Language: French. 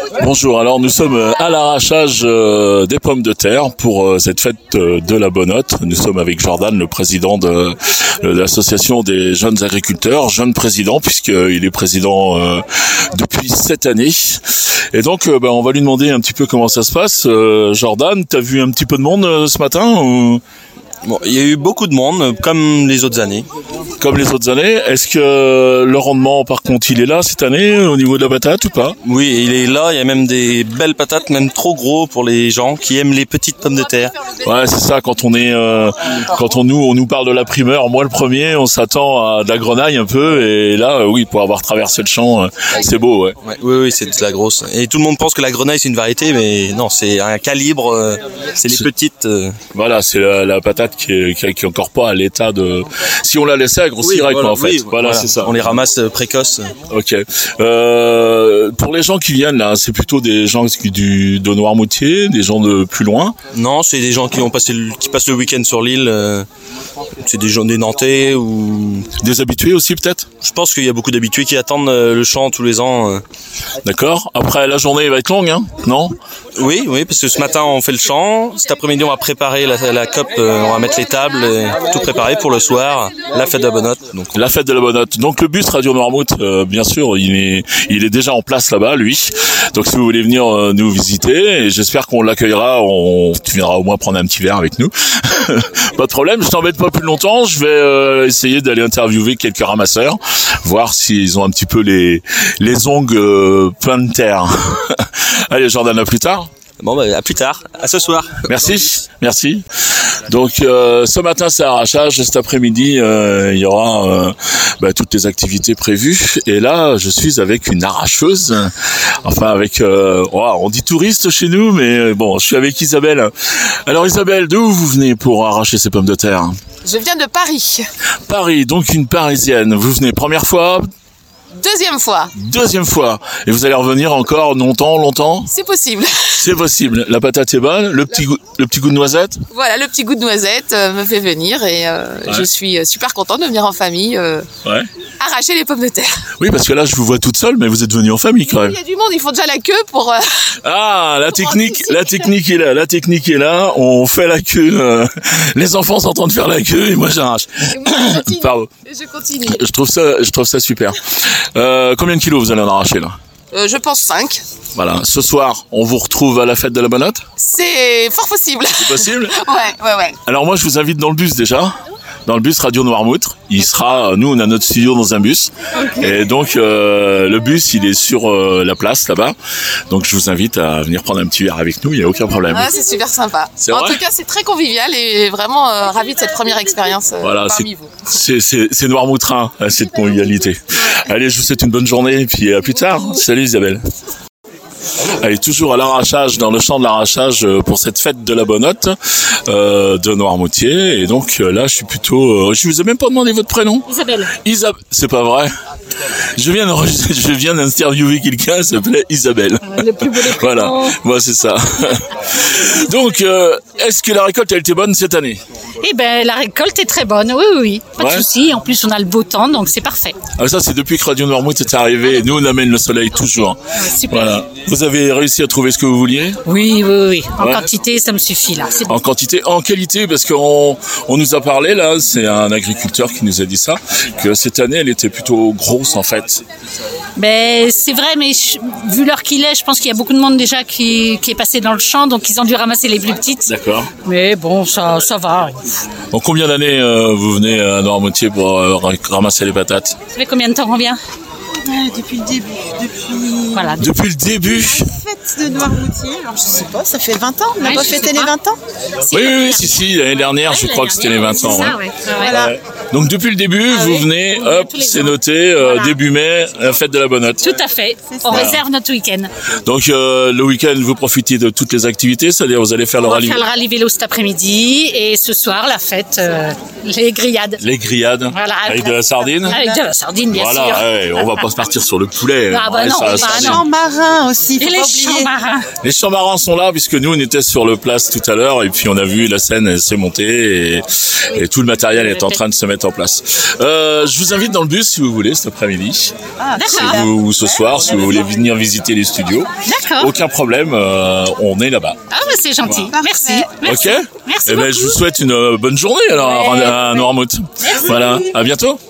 Bonjour, alors nous sommes à l'arrachage des pommes de terre pour cette fête de la Bonnotte. Nous sommes avec Jordan, le président de l'association des jeunes agriculteurs, jeune président puisqu'il est président depuis cette année. Et donc on va lui demander un petit peu comment ça se passe. Jordan, t'as vu un petit peu de monde ce matin ou... Bon, il y a eu beaucoup de monde, comme les autres années. Comme les autres années. Est-ce que le rendement, par contre, il est là cette année au niveau de la patate ou pas? Oui, il est là. Il y a même des belles patates, même trop gros pour les gens qui aiment les petites pommes de terre. Ouais, c'est ça. Quand on est, on nous parle de la primeur, moi le premier, on s'attend à de la grenaille un peu. Et là, oui, pour avoir traversé le champ, c'est beau, ouais. Oui, c'est de la grosse. Et tout le monde pense que la grenaille c'est une variété, mais non, c'est un calibre. C'est les petites. Voilà, c'est la patate qui est encore pas à l'état de. Si on la laissait, elle grossirait quoi en fait. Oui, voilà, c'est ça. On les ramasse précoces. Ok. Pour les gens qui viennent là, c'est plutôt des gens de Noirmoutier, des gens de plus loin. Non, c'est des gens qui passent le week-end sur l'île. C'est des gens des Nantais ou des habitués aussi peut-être. Je pense qu'il y a beaucoup d'habitués qui attendent le champ tous les ans. D'accord. Après la journée va être longue, hein, non? Oui, parce que ce matin on fait le champ, cet après-midi on va préparer la COP, on va mettre les tables, tout préparé pour le soir, la fête de la Bonnotte. Donc. La fête de la Bonnotte. Donc le bus Radio Noirmouth, bien sûr, il est déjà en place là-bas, lui. Donc si vous voulez venir nous visiter, et j'espère qu'on l'accueillera, tu viendras au moins prendre un petit verre avec nous. Pas de problème, je t'embête pas plus longtemps, je vais essayer d'aller interviewer quelques ramasseurs, voir s'ils ont un petit peu les ongles pleins de terre. Allez Jordan, à plus tard. Bon à plus tard, à ce soir. Merci. Donc ce matin c'est arrachage, cet après-midi il y aura toutes les activités prévues et là je suis avec une arracheuse, enfin avec on dit touriste chez nous mais bon je suis avec Isabelle. Alors Isabelle, d'où vous venez pour arracher ces pommes de terre? Je viens de Paris. Paris, donc une Parisienne. Vous venez première fois? Deuxième fois. Et vous allez revenir encore longtemps? C'est possible. C'est possible. La patate est bonne, le petit goût de noisette? Voilà, le petit goût de noisette me fait venir et je suis super contente de venir en famille arracher les pommes de terre. Oui, parce que là, je vous vois toute seule, mais vous êtes venue en famille quand même. Il y a du monde, ils font déjà la queue pour... la technique est là, on fait la queue. Les enfants sont en train de faire la queue et moi j'arrache. Pardon. Je continue. Je trouve ça super. Combien de kilos vous allez en arracher là? Je pense 5. Voilà, ce soir, on vous retrouve à la fête de la Bonnotte? C'est fort possible. C'est possible? Ouais. Alors moi, je vous invite dans le bus déjà. Dans le bus Radio Noirmouth. Nous on a notre studio dans un bus. Okay. Et donc le bus il est sur la place là-bas. Donc je vous invite à venir prendre un petit verre avec nous, il n'y a aucun problème. Ouais, c'est super sympa. En tout cas c'est très convivial et vraiment ravi de cette première expérience parmi vous. C'est Noirmoutrin, cette convivialité. Allez, je vous souhaite une bonne journée et puis à plus tard. Salut Isabelle. Allez, toujours à l'arrachage, dans le champ de l'arrachage pour cette fête de la Bonnotte de Noirmoutier. Et donc là, je suis plutôt... je vous ai même pas demandé votre prénom. Isabelle. C'est pas vrai. Je viens d'interviewer quelqu'un, elle s'appelait Isabelle. Le plus beau des prénoms. Voilà, moi c'est ça. Donc, est-ce que la récolte a été bonne cette année? Eh ben, la récolte est très bonne, oui. Pas de souci. En plus, on a le beau temps, donc c'est parfait. Ah, ça, c'est depuis que Radio Noirmouth est arrivé. Nous, on amène le soleil toujours. Super. Voilà. Vous avez réussi à trouver ce que vous vouliez? Oui. En quantité, ça me suffit là. En quantité, en qualité, parce qu'on nous a parlé là, c'est un agriculteur qui nous a dit ça, que cette année, elle était plutôt grosse en fait. Ben, c'est vrai, mais vu l'heure qu'il est, je pense qu'il y a beaucoup de monde déjà qui est passé dans le champ, donc ils ont dû ramasser les plus petites. D'accord. Mais bon, ça va. En combien d'années vous venez à Noirmoutier pour ramasser les patates? Ça fait combien de temps qu'on vient? Depuis le début. Depuis le début. Fête de Noirmoutier, alors je sais pas, ça fait 20 ans. On n'a pas fêté les 20 ans? Si, l'année dernière, je crois que c'était les 20 ans. Ça, Voilà. Donc depuis le début, vous venez, c'est noté, début mai, la fête de la Bonnotte. Tout à fait. On réserve notre week-end. Donc le week-end, vous profitez de toutes les activités, c'est-à-dire vous allez faire le rallye. On va faire le rallye vélo cet après-midi et ce soir, la fête, les grillades. Les grillades, voilà, avec de la sardine. Avec de la sardine, bien sûr. Ouais, on va pas se partir sur le poulet. Ah bah non, les champs marins aussi, et les champs marins. Les champs marins sont là puisque nous on était sur le place tout à l'heure et puis on a vu la scène, elle s'est montée et tout le matériel est en train de se mettre mettre en place. Je vous invite dans le bus si vous voulez cet après-midi. D'accord. Ou ce soir, si vous voulez venir visiter les studios. D'accord. Aucun problème, on est là-bas. Ah bah c'est gentil. Voilà. Merci. Ok. Merci Eh ben, beaucoup. je vous souhaite une bonne journée alors à Noirmouth. Voilà. À bientôt.